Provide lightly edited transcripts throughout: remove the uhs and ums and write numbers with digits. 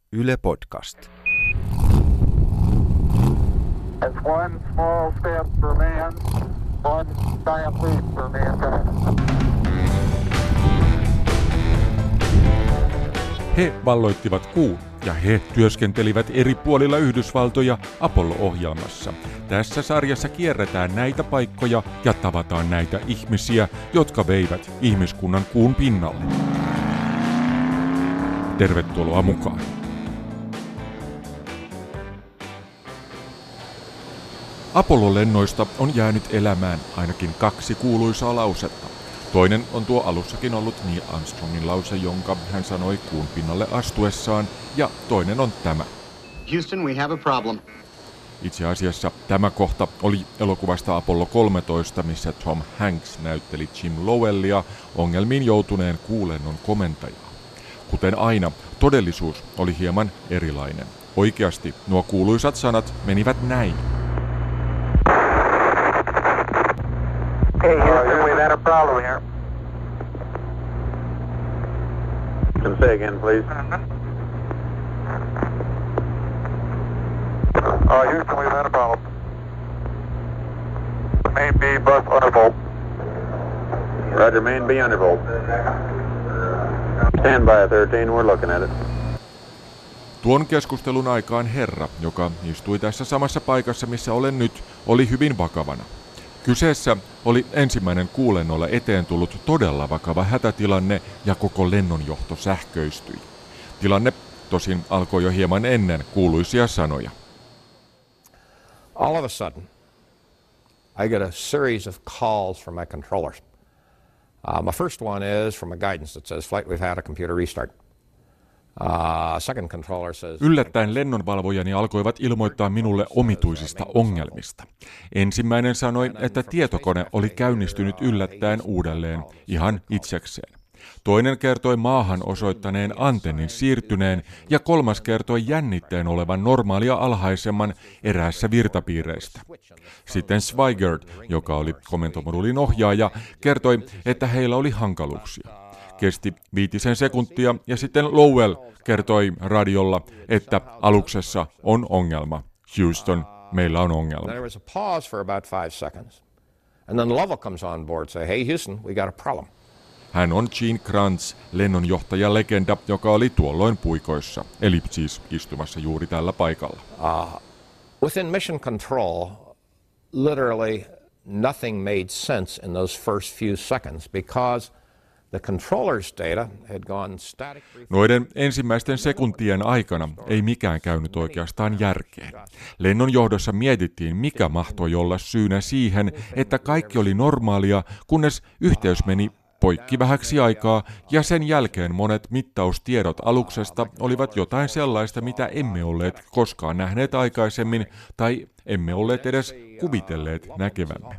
Yle Podcast. It's one small step for man, one giant leap for mankind. He valloittivat kuun ja he työskentelivät eri puolilla Yhdysvaltoja Apollo-ohjelmassa. Tässä sarjassa kierretään näitä paikkoja ja tavataan näitä ihmisiä, jotka veivät ihmiskunnan kuun pinnalle. Tervetuloa mukaan! Apollo-lennoista on jäänyt elämään ainakin 2 kuuluisaa lausetta. Toinen on tuo alussakin ollut Neil Armstrongin lause, jonka hän sanoi kuun pinnalle astuessaan, ja toinen on tämä. Houston, we have a problem. Itse asiassa tämä kohta oli elokuvasta Apollo 13, missä Tom Hanks näytteli Jim Lowellia, ongelmiin joutuneen kuulennon komentajaa. Kuten aina, todellisuus oli hieman erilainen. Oikeasti nuo kuuluisat sanat menivät näin. Hey, Houston, we've had a problem here. Can say again, please. Houston, we've had a problem. Main B bus undervolt. Roger, main B undervolt. Stand by 13, we're looking at it. Tuon keskustelun aikaan herra, joka istui tässä samassa paikassa, missä olen nyt, oli hyvin vakavana. Kyseessä oli ensimmäinen kuulennolla eteen tullut todella vakava hätätilanne ja koko lennonjohto sähköistyi. Tilanne tosin alkoi jo hieman ennen kuuluisia sanoja. All of a sudden, I get a series of calls from my controllers. My first one is from a guidance that says, "Flight, we've had a computer restart." Second controller says... Yllättäen lennonvalvojani alkoivat ilmoittaa minulle omituisista ongelmista. Ensimmäinen sanoi, että tietokone oli käynnistynyt yllättäen uudelleen, ihan itsekseen. Toinen kertoi maahan osoittaneen antennin siirtyneen ja kolmas kertoi jännitteen olevan normaalia alhaisemman eräässä virtapiireistä. Sitten Swigert, joka oli komentomoduulin ohjaaja, kertoi, että heillä oli hankaluuksia. Kesti 5 sekuntia ja sitten Lowell kertoi radiolla, että aluksessa on ongelma. Houston, meillä on ongelma. There was a pause for about 5 seconds. And then Lovell comes on board say, "Hey Houston, we got a problem." Hän on Gene Kranz, lennonjohtaja-legenda, joka oli tuolloin puikoissa, eli siis istumassa juuri tällä paikalla. Within mission control, literally nothing made sense in those first few seconds because the controller's data had gone static. Noiden ensimmäisten sekuntien aikana ei mikään käynyt oikeastaan järkeen. Lennonjohdossa mietittiin, mikä mahtoi olla syynä siihen, että kaikki oli normaalia, kunnes yhteys meni poikki vähäksi aikaa, ja sen jälkeen monet mittaustiedot aluksesta olivat jotain sellaista, mitä emme olleet koskaan nähneet aikaisemmin, tai emme olleet edes kuvitelleet näkevämme.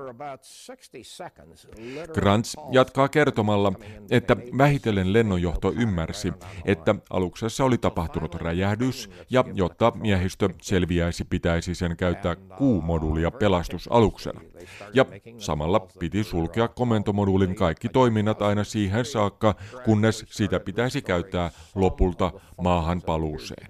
Krantz jatkaa kertomalla, että vähitellen lennonjohto ymmärsi, että aluksessa oli tapahtunut räjähdys, ja jotta miehistö selviäisi, pitäisi sen käyttää Q-moduulia pelastusaluksena. Ja samalla piti sulkea komentomoduulin kaikki toiminnat aina siihen saakka, kunnes sitä pitäisi käyttää lopulta maahan paluuseen.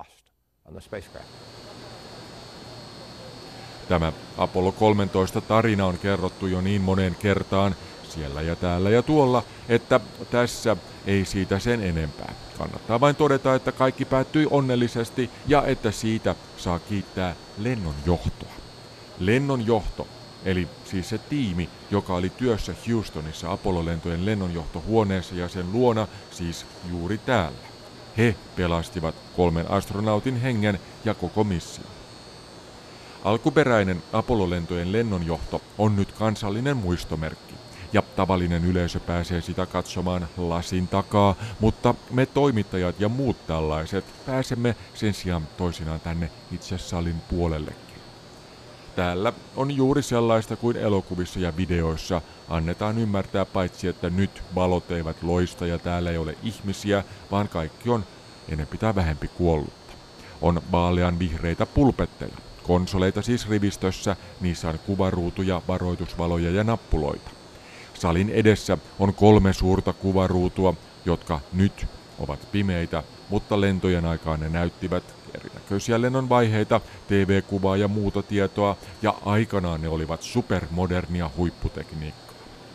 Tämä Apollo 13 tarina on kerrottu jo niin moneen kertaan siellä ja täällä ja tuolla, että tässä ei siitä sen enempää. Kannattaa vain todeta, että kaikki päättyi onnellisesti ja että siitä saa kiittää lennonjohtoa. Lennonjohto, eli siis se tiimi, joka oli työssä Houstonissa Apollo-lentojen lennonjohtohuoneessa ja sen luona, siis juuri täällä. He pelastivat 3 astronautin hengen ja koko mission. Alkuperäinen Apollo-lentojen lennonjohto on nyt kansallinen muistomerkki, ja tavallinen yleisö pääsee sitä katsomaan lasin takaa, mutta me toimittajat ja muut tällaiset pääsemme sen sijaan toisinaan tänne itse salin puolellekin. Täällä on juuri sellaista kuin elokuvissa ja videoissa annetaan ymmärtää, paitsi että nyt valot eivät loista ja täällä ei ole ihmisiä, vaan kaikki on enempi tai vähempi kuollutta. On vaalean vihreitä pulpetteja. Konsoleita siis rivistössä, niissä on kuvaruutuja, varoitusvaloja ja nappuloita. Salin edessä on 3 suurta kuvaruutua, jotka nyt ovat pimeitä, mutta lentojen aikaan ne näyttivät erinäköisiä lennon vaiheita, TV-kuvaa ja muuta tietoa, ja aikanaan ne olivat supermodernia huipputekniikkaa.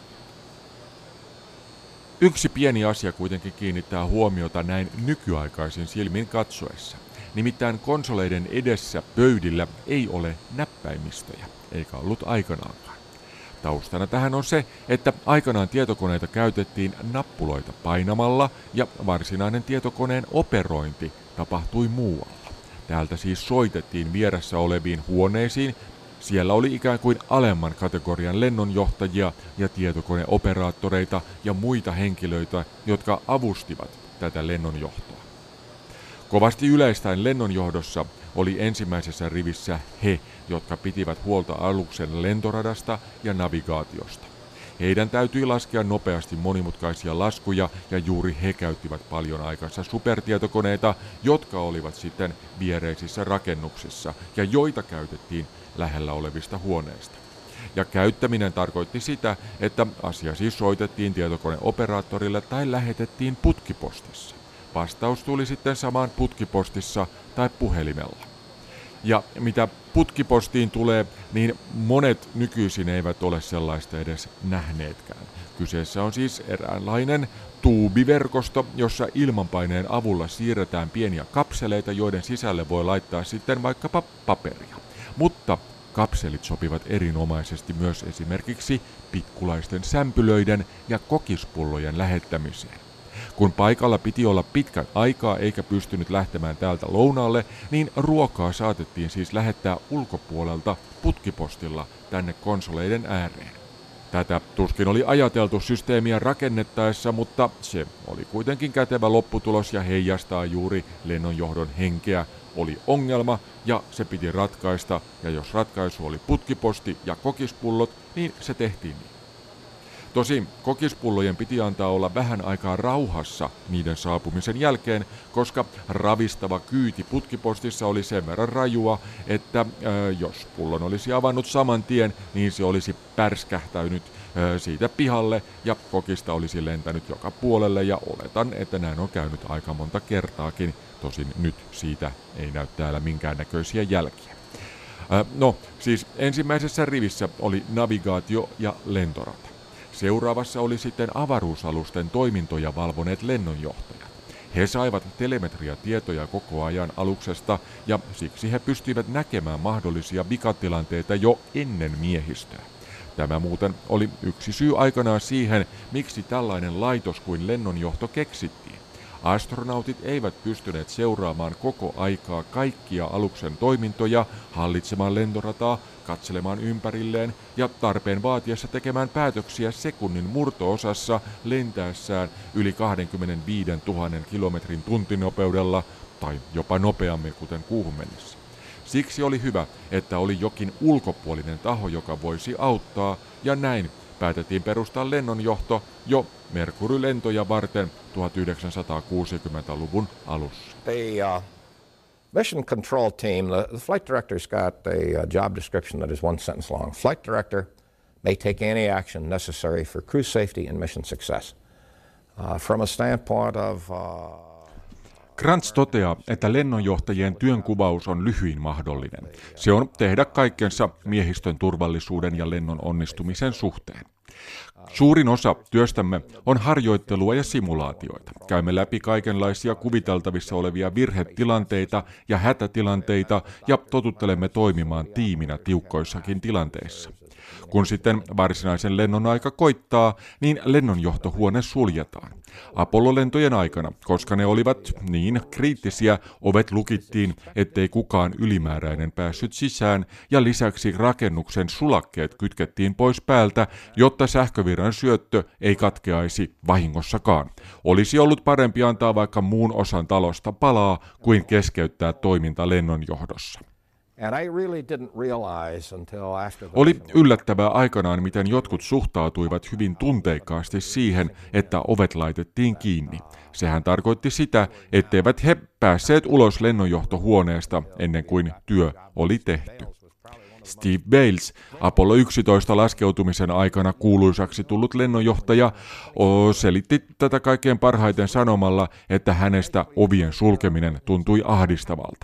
Yksi pieni asia kuitenkin kiinnittää huomiota näin nykyaikaisin silmin katsoessa. Nimittäin konsoleiden edessä pöydillä ei ole näppäimistöjä, eikä ollut aikanaankaan. Taustana tähän on se, että aikanaan tietokoneita käytettiin nappuloita painamalla ja varsinainen tietokoneen operointi tapahtui muualla. Täältä siis soitettiin vieressä oleviin huoneisiin. Siellä oli ikään kuin alemman kategorian lennonjohtajia ja tietokoneoperaattoreita ja muita henkilöitä, jotka avustivat tätä lennonjohtoa. Kovasti yleistäen lennonjohdossa oli ensimmäisessä rivissä he, jotka pitivät huolta aluksen lentoradasta ja navigaatiosta. Heidän täytyi laskea nopeasti monimutkaisia laskuja ja juuri he käyttivät paljon aikansa supertietokoneita, jotka olivat sitten viereisissä rakennuksissa ja joita käytettiin lähellä olevista huoneista. Ja käyttäminen tarkoitti sitä, että asia siis soitettiin tietokoneoperaattorille tai lähetettiin putkipostissa. Vastaus tuli sitten samaan putkipostissa tai puhelimella. Ja mitä putkipostiin tulee, niin monet nykyisin eivät ole sellaista edes nähneetkään. Kyseessä on siis eräänlainen tuubiverkosto, jossa ilmanpaineen avulla siirretään pieniä kapseleita, joiden sisälle voi laittaa sitten vaikkapa paperia. Mutta kapselit sopivat erinomaisesti myös esimerkiksi pikkulaisten sämpylöiden ja kokispullojen lähettämiseen. Kun paikalla piti olla pitkän aikaa eikä pystynyt lähtemään täältä lounaalle, niin ruokaa saatettiin siis lähettää ulkopuolelta putkipostilla tänne konsoleiden ääreen. Tätä tuskin oli ajateltu systeemiä rakennettaessa, mutta se oli kuitenkin kätevä lopputulos ja heijastaa juuri lennonjohdon henkeä. Oli ongelma ja se piti ratkaista, ja jos ratkaisu oli putkiposti ja kokispullot, niin se tehtiin niin. Tosin kokispullojen piti antaa olla vähän aikaa rauhassa niiden saapumisen jälkeen, koska ravistava kyyti putkipostissa oli sen verran rajua, että jos pullon olisi avannut saman tien, niin se olisi pärskähtänyt siitä pihalle ja kokista olisi lentänyt joka puolelle, ja oletan, että näin on käynyt aika monta kertaakin, tosin nyt siitä ei näy täällä minkäännäköisiä jälkiä. Siis ensimmäisessä rivissä oli navigaatio ja lentorata. Seuraavassa oli sitten avaruusalusten toimintoja valvoneet lennonjohtajat. He saivat telemetriatietoja koko ajan aluksesta ja siksi he pystyivät näkemään mahdollisia vikatilanteita jo ennen miehistöä. Tämä muuten oli yksi syy aikanaan siihen, miksi tällainen laitos kuin lennonjohto keksittiin. Astronautit eivät pystyneet seuraamaan koko aikaa kaikkia aluksen toimintoja, hallitsemaan lentorataa, katselemaan ympärilleen ja tarpeen vaatiessa tekemään päätöksiä sekunnin murto-osassa lentäessään yli 25 000 kilometrin tuntinopeudella tai jopa nopeammin kuten kuuhun mennessä. Siksi oli hyvä, että oli jokin ulkopuolinen taho, joka voisi auttaa, ja näin päätettiin perustaa lennonjohto jo Mercury-lentoja varten 1960-luvun alussa. Mission control team, the flight director's got a job description that is one sentence long. Flight director may take any action necessary for crew safety and mission success. From a standpoint of... Krantz toteaa, että lennonjohtajien työnkuvaus on lyhyin mahdollinen. Se on tehdä kaikkensa miehistön turvallisuuden ja lennon onnistumisen suhteen. Suurin osa työstämme on harjoittelua ja simulaatioita. Käymme läpi kaikenlaisia kuviteltavissa olevia virhetilanteita ja hätätilanteita ja totuttelemme toimimaan tiiminä tiukkoissakin tilanteissa. Kun sitten varsinaisen lennon aika koittaa, niin lennonjohtohuone suljetaan. Apollo-lentojen aikana, koska ne olivat niin kriittisiä, ovet lukittiin, ettei kukaan ylimääräinen päässyt sisään, ja lisäksi rakennuksen sulakkeet kytkettiin pois päältä, jotta sähkövirran syöttö ei katkeaisi vahingossakaan. Olisi ollut parempi antaa vaikka muun osan talosta palaa, kuin keskeyttää toiminta lennonjohdossa. Oli yllättävää aikanaan, miten jotkut suhtautuivat hyvin tunteikkaasti siihen, että ovet laitettiin kiinni. Sehän tarkoitti sitä, etteivät he päässeet ulos lennonjohtohuoneesta ennen kuin työ oli tehty. Steve Bales, Apollo 11 laskeutumisen aikana kuuluisaksi tullut lennonjohtaja, selitti tätä kaikkein parhaiten sanomalla, että hänestä ovien sulkeminen tuntui ahdistavalta.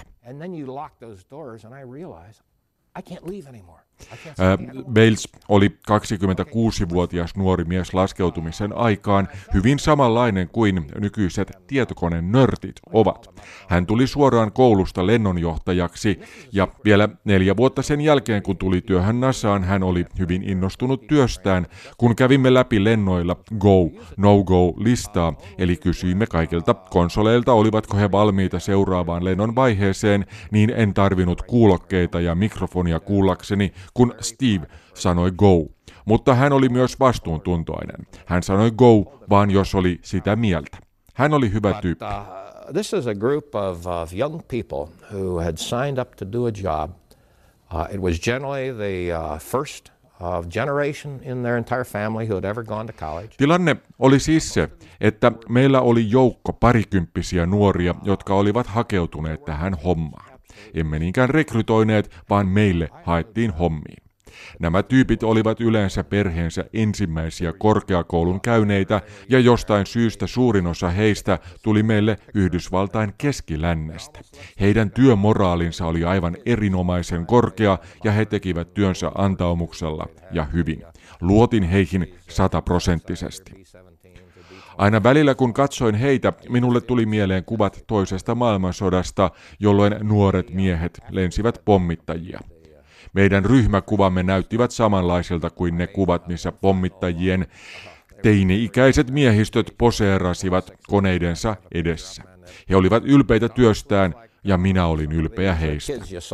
Bales oli 26-vuotias nuori mies laskeutumisen aikaan, hyvin samanlainen kuin nykyiset tietokonenörtit ovat. Hän tuli suoraan koulusta lennonjohtajaksi ja vielä 4 vuotta sen jälkeen, kun tuli työhön NASAan, hän oli hyvin innostunut työstään, kun kävimme läpi lennoilla go, no-go listaa, eli kysyimme kaikilta konsoleilta, olivatko he valmiita seuraavaan lennon vaiheeseen, niin en tarvinnut kuulokkeita ja mikrofonia kuullakseni, kun Steve sanoi go. Mutta hän oli myös vastuuntuntoinen. Hän sanoi go, vaan jos oli sitä mieltä. Hän oli hyvä tyyppi. This is a group of young people who had signed up to do a job. It was generally the first of generation in their entire family who had ever gone to college. Tilanne oli siis se, että meillä oli joukko parikymppisiä nuoria, jotka olivat hakeutuneet tähän hommaan. Emme niinkään rekrytoineet, vaan meille haettiin hommiin. Nämä tyypit olivat yleensä perheensä ensimmäisiä korkeakoulun käyneitä ja jostain syystä suurin osa heistä tuli meille Yhdysvaltain keskilännestä. Heidän työmoraalinsa oli aivan erinomaisen korkea ja he tekivät työnsä antaumuksella ja hyvin. Luotin heihin 100%. Aina välillä kun katsoin heitä, minulle tuli mieleen kuvat toisesta maailmansodasta, jolloin nuoret miehet lensivät pommittajia. Meidän ryhmäkuvamme näyttivät samanlaisilta kuin ne kuvat, missä pommittajien teini-ikäiset miehistöt poseerasivat koneidensa edessä. He olivat ylpeitä työstään ja minä olin ylpeä heistä.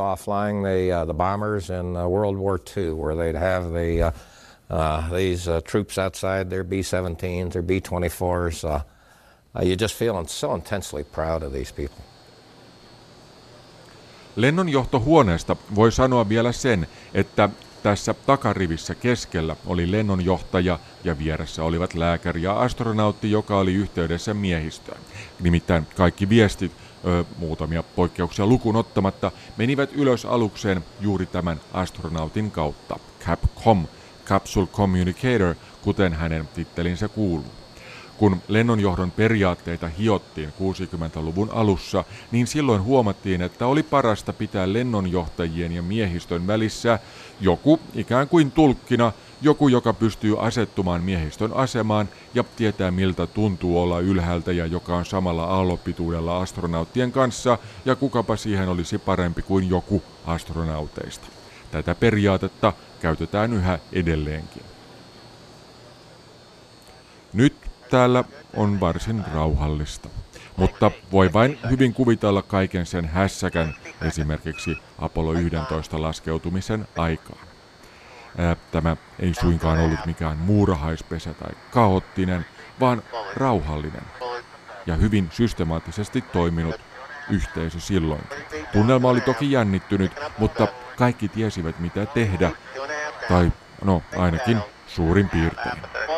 These troops outside their B-17s, their B-24s. You just feeling so intensely proud of these people. Lennonjohtohuoneesta voi sanoa vielä sen, että tässä takarivissä keskellä oli lennonjohtaja ja vieressä olivat lääkäri ja astronautti, joka oli yhteydessä miehistöön. Nimittäin kaikki viestit, muutamia poikkeuksia lukuun ottamatta, menivät ylös alukseen juuri tämän astronautin kautta. CAPCOM, Capsule Communicator, kuten hänen tittelinsä kuuluu. Kun lennonjohdon periaatteita hiottiin 60-luvun alussa, niin silloin huomattiin, että oli parasta pitää lennonjohtajien ja miehistön välissä joku ikään kuin tulkkina, joku, joka pystyy asettumaan miehistön asemaan ja tietää miltä tuntuu olla ylhäältä ja joka on samalla aallonpituudella astronauttien kanssa ja kukapa siihen olisi parempi kuin joku astronauteista. Tätä periaatetta käytetään yhä edelleenkin. Nyt täällä on varsin rauhallista, mutta voi vain hyvin kuvitella kaiken sen hässäkän esimerkiksi Apollo 11 laskeutumisen aikaan. Tämä ei suinkaan ollut mikään muurahaispesä tai kaoottinen, vaan rauhallinen ja hyvin systemaattisesti toiminut yhteisö silloinkin. Tunnelma oli toki jännittynyt, mutta kaikki tiesivät mitä tehdä, tai no ainakin suurin piirtein.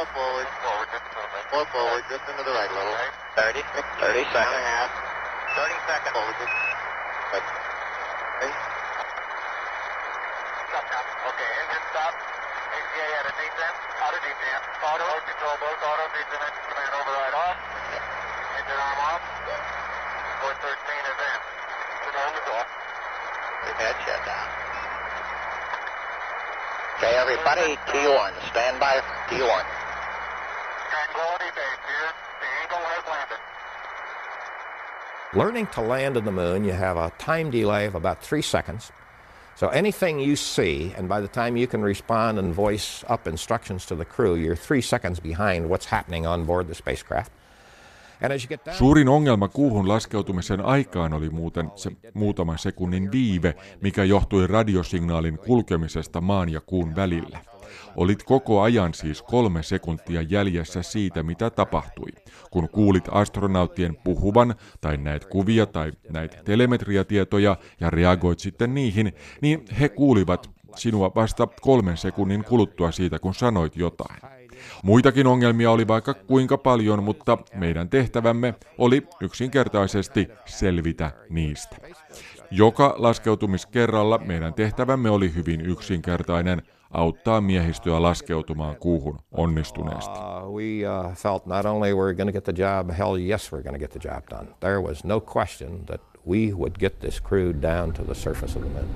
Okay, everybody, T1, stand by T1. Tranquility Base here. The Eagle has landed. Learning to land on the moon, you have a time delay of about 3 seconds. So anything you see, and by the time you can respond and voice up instructions to the crew, you're 3 seconds behind what's happening on board the spacecraft. Suurin ongelma kuuhun laskeutumisen aikaan oli muuten se muutaman sekunnin viive, mikä johtui radiosignaalin kulkemisesta maan ja kuun välillä. Olit koko ajan siis 3 sekuntia jäljessä siitä, mitä tapahtui. Kun kuulit astronauttien puhuvan, tai näit kuvia tai näit telemetriatietoja ja reagoit sitten niihin, niin he kuulivat sinua vasta 3 sekunnin kuluttua siitä, kun sanoit jotain. Muitakin ongelmia oli vaikka kuinka paljon, mutta meidän tehtävämme oli yksinkertaisesti selvitä niistä. Joka laskeutumiskerralla meidän tehtävämme oli hyvin yksinkertainen, auttaa miehistöä laskeutumaan kuuhun onnistuneesti. We felt not only were we going to get the job, hell yes we're going to get the job done. There was no question that we would get this crew down to the surface of the moon.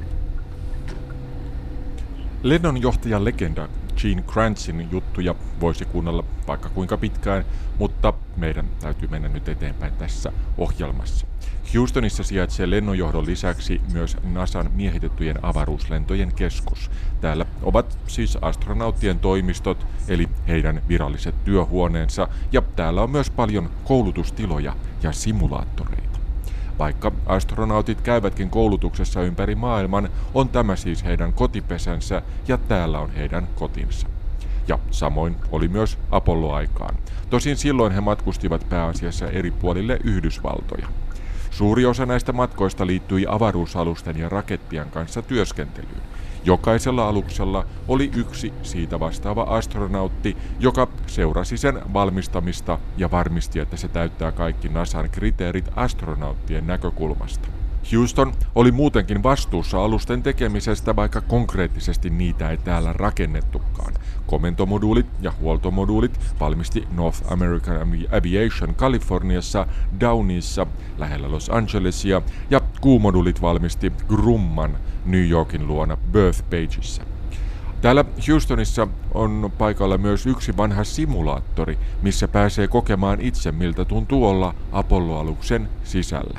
Lennonjohtajan legenda Gene Kranzin juttuja voisi kuunnella vaikka kuinka pitkään, mutta meidän täytyy mennä nyt eteenpäin tässä ohjelmassa. Houstonissa sijaitsee lennonjohdon lisäksi myös NASAn miehitettyjen avaruuslentojen keskus. Täällä ovat siis astronauttien toimistot, eli heidän viralliset työhuoneensa, ja täällä on myös paljon koulutustiloja ja simulaattoreita. Vaikka astronautit käyvätkin koulutuksessa ympäri maailman, on tämä siis heidän kotipesänsä ja täällä on heidän kotinsa. Ja samoin oli myös Apollo-aikaan. Tosin silloin he matkustivat pääasiassa eri puolille Yhdysvaltoja. Suuri osa näistä matkoista liittyi avaruusalusten ja rakettien kanssa työskentelyyn. Jokaisella aluksella oli yksi siitä vastaava astronautti, joka seurasi sen valmistamista ja varmisti, että se täyttää kaikki NASAn kriteerit astronauttien näkökulmasta. Houston oli muutenkin vastuussa alusten tekemisestä, vaikka konkreettisesti niitä ei täällä rakennettukaan. Komentomoduulit ja huoltomoduulit valmisti North American Aviation Kaliforniassa, Downeyssa, lähellä Los Angelesia, ja kuumoduulit valmisti Grumman New Yorkin luona Bethpageissa. Täällä Houstonissa on paikalla myös yksi vanha simulaattori, missä pääsee kokemaan itse, miltä tuntuu olla Apollo-aluksen sisällä.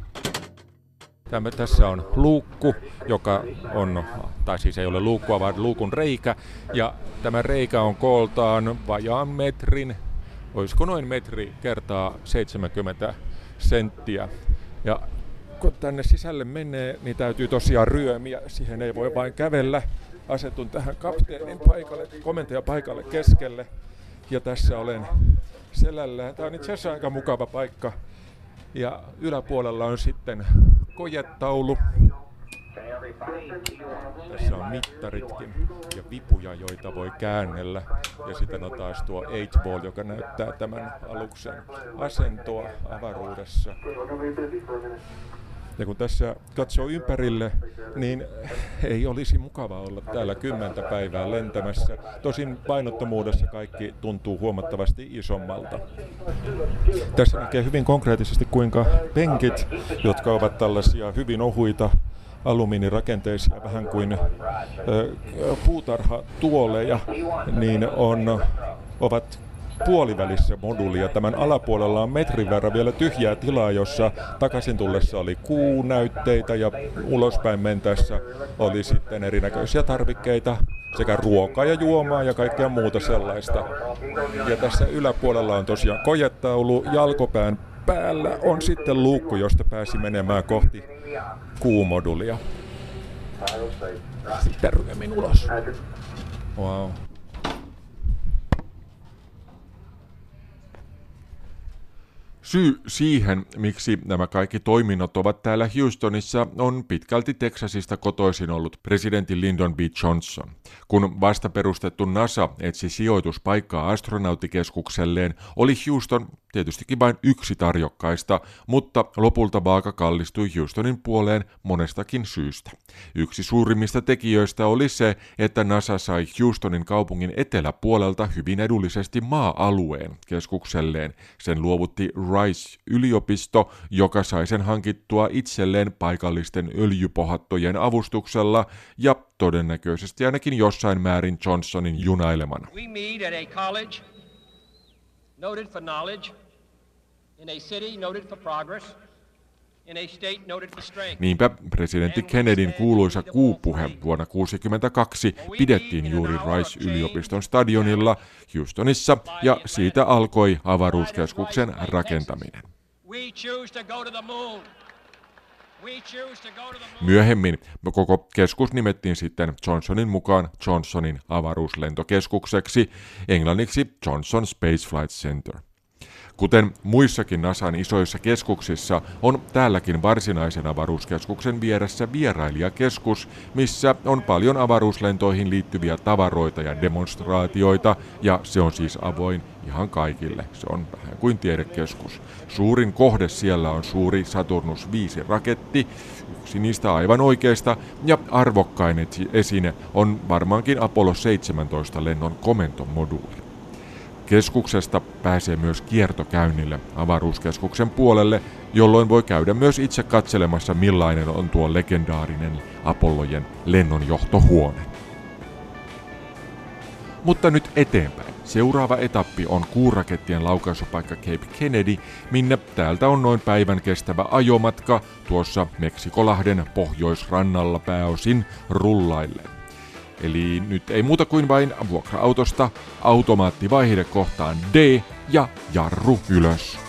Tässä on luukku, joka on, tai siis ei ole luukkua, vaan luukun reikä, ja tämä reikä on kooltaan vajaan metrin, olisiko noin metri kertaa 70 senttiä. Ja kun tänne sisälle menee, niin täytyy tosiaan ryömiä, siihen ei voi vain kävellä. Asetun tähän kapteenin paikalle, komentajan paikalle keskelle, ja tässä olen selällään. Tämä on itse asiassa aika mukava paikka, ja yläpuolella on sitten kojetaulu. Tässä on mittaritkin ja vipuja, joita voi käännellä. Ja sitten on taas tuo 8-ball, joka näyttää tämän aluksen asentoa avaruudessa. Ja kun tässä katsoo ympärille, niin ei olisi mukava olla täällä 10 päivää lentämässä. Tosin painottomuudessa kaikki tuntuu huomattavasti isommalta. Tässä näkee hyvin konkreettisesti, kuinka penkit, jotka ovat tällaisia hyvin ohuita alumiinirakenteisia, vähän kuin puutarhatuoleja, niin ovat puolivälissä moduulia. Tämän alapuolella on metrin verran vielä tyhjää tilaa, jossa takaisin tullessa oli kuunäytteitä ja ulospäin mentäessä oli sitten erinäköisiä tarvikkeita, sekä ruokaa ja juomaa ja kaikkea muuta sellaista. Ja tässä yläpuolella on tosiaan kojetaulu, jalkopään päällä on sitten luukku, josta pääsi menemään kohti kuumodulia. Sitten ryömin ulos. Wow. Syy siihen, miksi nämä kaikki toiminnot ovat täällä Houstonissa, on pitkälti Texasista kotoisin ollut presidentti Lyndon B. Johnson. Kun vasta perustettu NASA etsi sijoituspaikkaa astronauttikeskukselleen, oli Houston tietystikin vain yksi tarjokkaista, mutta lopulta vaaka kallistui Houstonin puoleen monestakin syystä. Yksi suurimmista tekijöistä oli se, että NASA sai Houstonin kaupungin eteläpuolelta hyvin edullisesti maa-alueen keskukselleen. Sen luovutti Rice-yliopisto, joka sai sen hankittua itselleen paikallisten öljypohattojen avustuksella ja todennäköisesti ainakin jossain määrin Johnsonin junailemana. We meet at a college noted for knowledge, in a city noted for progress, in a state noted for strength. Niinpä presidentti Kennedyn kuuluisa kuupuhe vuonna 1962 pidettiin juuri Rice-yliopiston stadionilla Houstonissa, ja siitä alkoi avaruuskeskuksen rakentaminen. Myöhemmin koko keskus nimettiin sitten Johnsonin mukaan Johnsonin avaruuslentokeskukseksi, englanniksi Johnson Space Flight Center. Kuten muissakin NASAn isoissa keskuksissa, on täälläkin varsinaisen avaruuskeskuksen vieressä vierailijakeskus, missä on paljon avaruuslentoihin liittyviä tavaroita ja demonstraatioita, ja se on siis avoin ihan kaikille. Se on vähän kuin tiedekeskus. Suurin kohde siellä on suuri Saturnus 5-raketti, yksi niistä aivan oikeista, ja arvokkain esine on varmaankin Apollo 17 lennon komentomoduuli. Keskuksesta pääsee myös kiertokäynnille avaruuskeskuksen puolelle, jolloin voi käydä myös itse katselemassa, millainen on tuo legendaarinen Apollojen lennonjohtohuone. Mutta nyt eteenpäin. Seuraava etappi on kuurakettien laukaisupaikka Cape Kennedy, minne täältä on noin päivän kestävä ajomatka tuossa Meksikolahden pohjoisrannalla pääosin rullaillen. Eli nyt ei muuta kuin vain vuokra-autosta automaattivaihde kohtaan D ja jarru ylös.